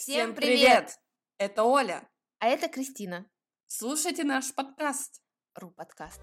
Всем привет! Это Оля. А это Кристина. Слушайте наш подкаст. Подкаст.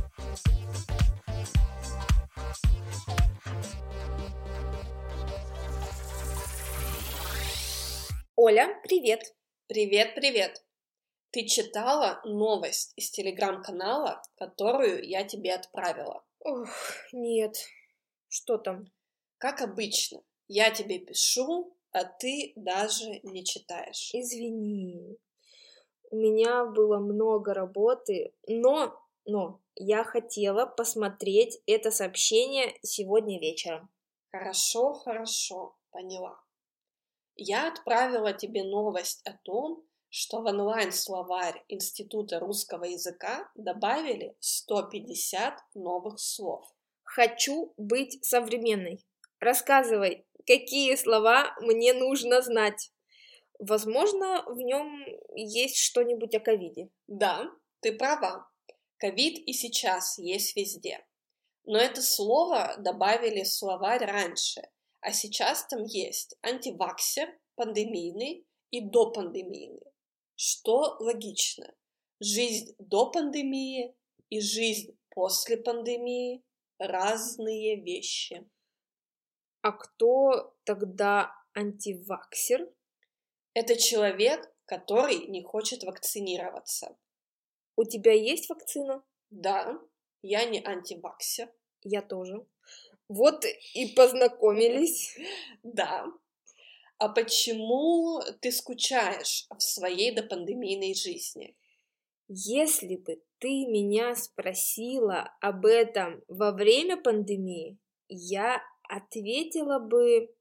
Оля, привет. Привет. Ты читала новость из телеграм-канала, которую я тебе отправила? Ох, нет. Что там? Как обычно, я тебе пишу, а ты даже не читаешь. Извини. У меня было много работы, но я хотела посмотреть это сообщение сегодня вечером. Хорошо, поняла. Я отправила тебе новость о том, что в онлайн-словарь Института русского языка добавили 150 новых слов. Хочу быть современной. Рассказывай, какие слова мне нужно знать. Возможно, в нем есть что-нибудь о ковиде. Да, ты права. Ковид и сейчас есть везде. Но это слово добавили в словарь раньше, а сейчас там есть антиваксер, пандемийный и допандемийный. Что логично. Жизнь до пандемии и жизнь после пандемии – разные вещи. А кто тогда антиваксер? Это человек, который не хочет вакцинироваться. У тебя есть вакцина? Да, я не антиваксер. Я тоже. Вот и познакомились. Да. А почему ты скучаешь в своей допандемийной жизни? Если бы ты меня спросила об этом во время пандемии, я ответила бы,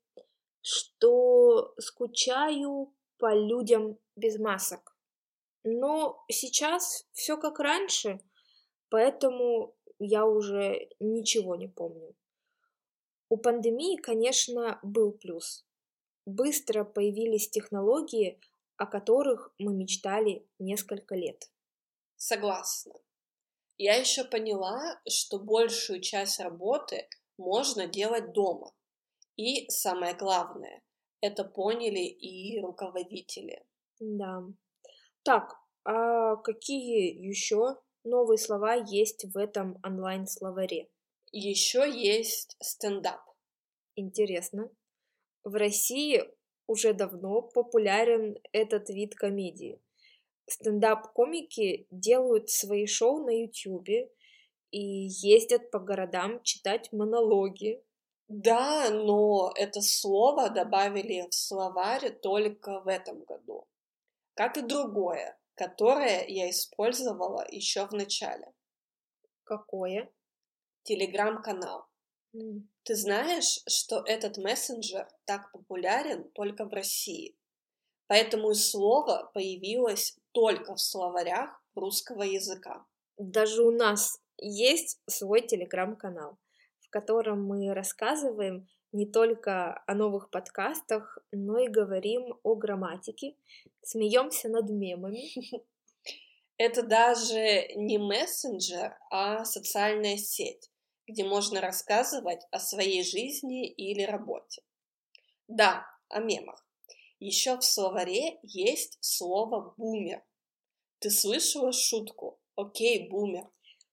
что скучаю по людям без масок. Но сейчас все как раньше, поэтому я уже ничего не помню. У пандемии, конечно, был плюс. Быстро появились технологии, о которых мы мечтали несколько лет. Согласна. Я еще поняла, что большую часть работы можно делать дома. И самое главное, это поняли и руководители. Да. Так, а какие еще новые слова есть в этом онлайн-словаре? Еще есть стендап. Интересно. В России уже давно популярен этот вид комедии. Стендап-комики делают свои шоу на Ютубе и ездят по городам читать монологи. Да, но это слово добавили в словарь только в этом году. Как и другое, которое я использовала еще в начале. Какое? Телеграм-канал. Ты знаешь, что этот мессенджер так популярен только в России? Поэтому и слово появилось только в словарях русского языка. Даже у нас есть свой телеграм-канал, в котором мы рассказываем не только о новых подкастах, но и говорим о грамматике, смеемся над мемами. Это даже не мессенджер, а социальная сеть, где можно рассказывать о своей жизни или работе. Да, о мемах. Еще в словаре есть слово «бумер». Ты слышала шутку «Окей, бумер»?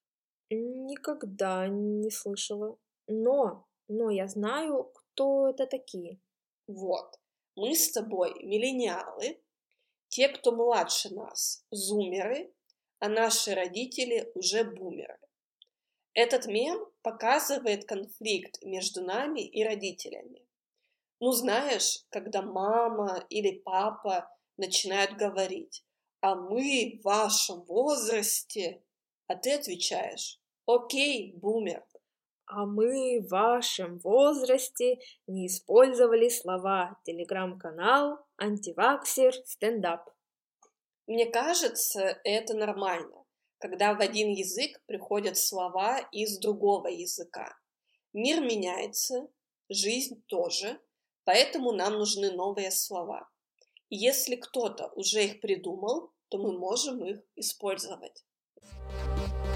Никогда не слышала. Но я знаю, кто это такие. Вот, мы с тобой миллениалы, те, кто младше нас, зумеры, а наши родители уже бумеры. Этот мем показывает конфликт между нами и родителями. Ну, знаешь, когда мама или папа начинают говорить, а мы в вашем возрасте, а ты отвечаешь, окей, бумер. А мы в вашем возрасте не использовали слова телеграм-канал, антиваксер, стендап. Мне кажется, это нормально, когда в один язык приходят слова из другого языка. Мир меняется, жизнь тоже, поэтому нам нужны новые слова. И если кто-то уже их придумал, то мы можем их использовать.